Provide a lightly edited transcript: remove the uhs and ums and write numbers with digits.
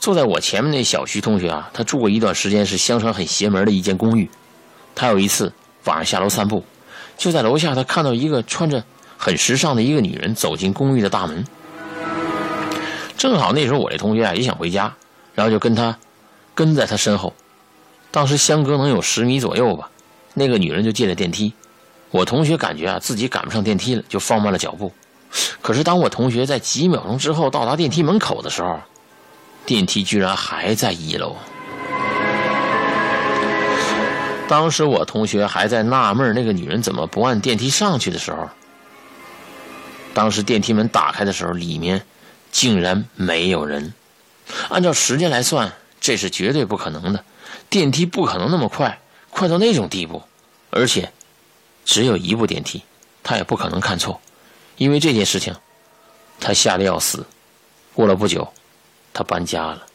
坐在我前面那小徐同学啊，他住过一段时间是香川很邪门的一间公寓。他有一次晚上下楼散步，就在楼下他看到一个穿着很时尚的一个女人走进公寓的大门。正好那时候我这同学啊也想回家，然后就跟在他身后。当时相隔能有10米左右吧，那个女人就借着电梯。我同学感觉啊自己赶不上电梯了，就放慢了脚步。可是当我同学在几秒钟之后到达电梯门口的时候，电梯居然还在1楼。当时我同学还在纳闷那个女人怎么不按电梯上去的时候，当时电梯门打开的时候，里面竟然没有人。按照时间来算，这是绝对不可能的，电梯不可能那么快，快到那种地步。而且只有1部电梯，他也不可能看错，因为这件事情他吓得要死。过了不久，他搬家了。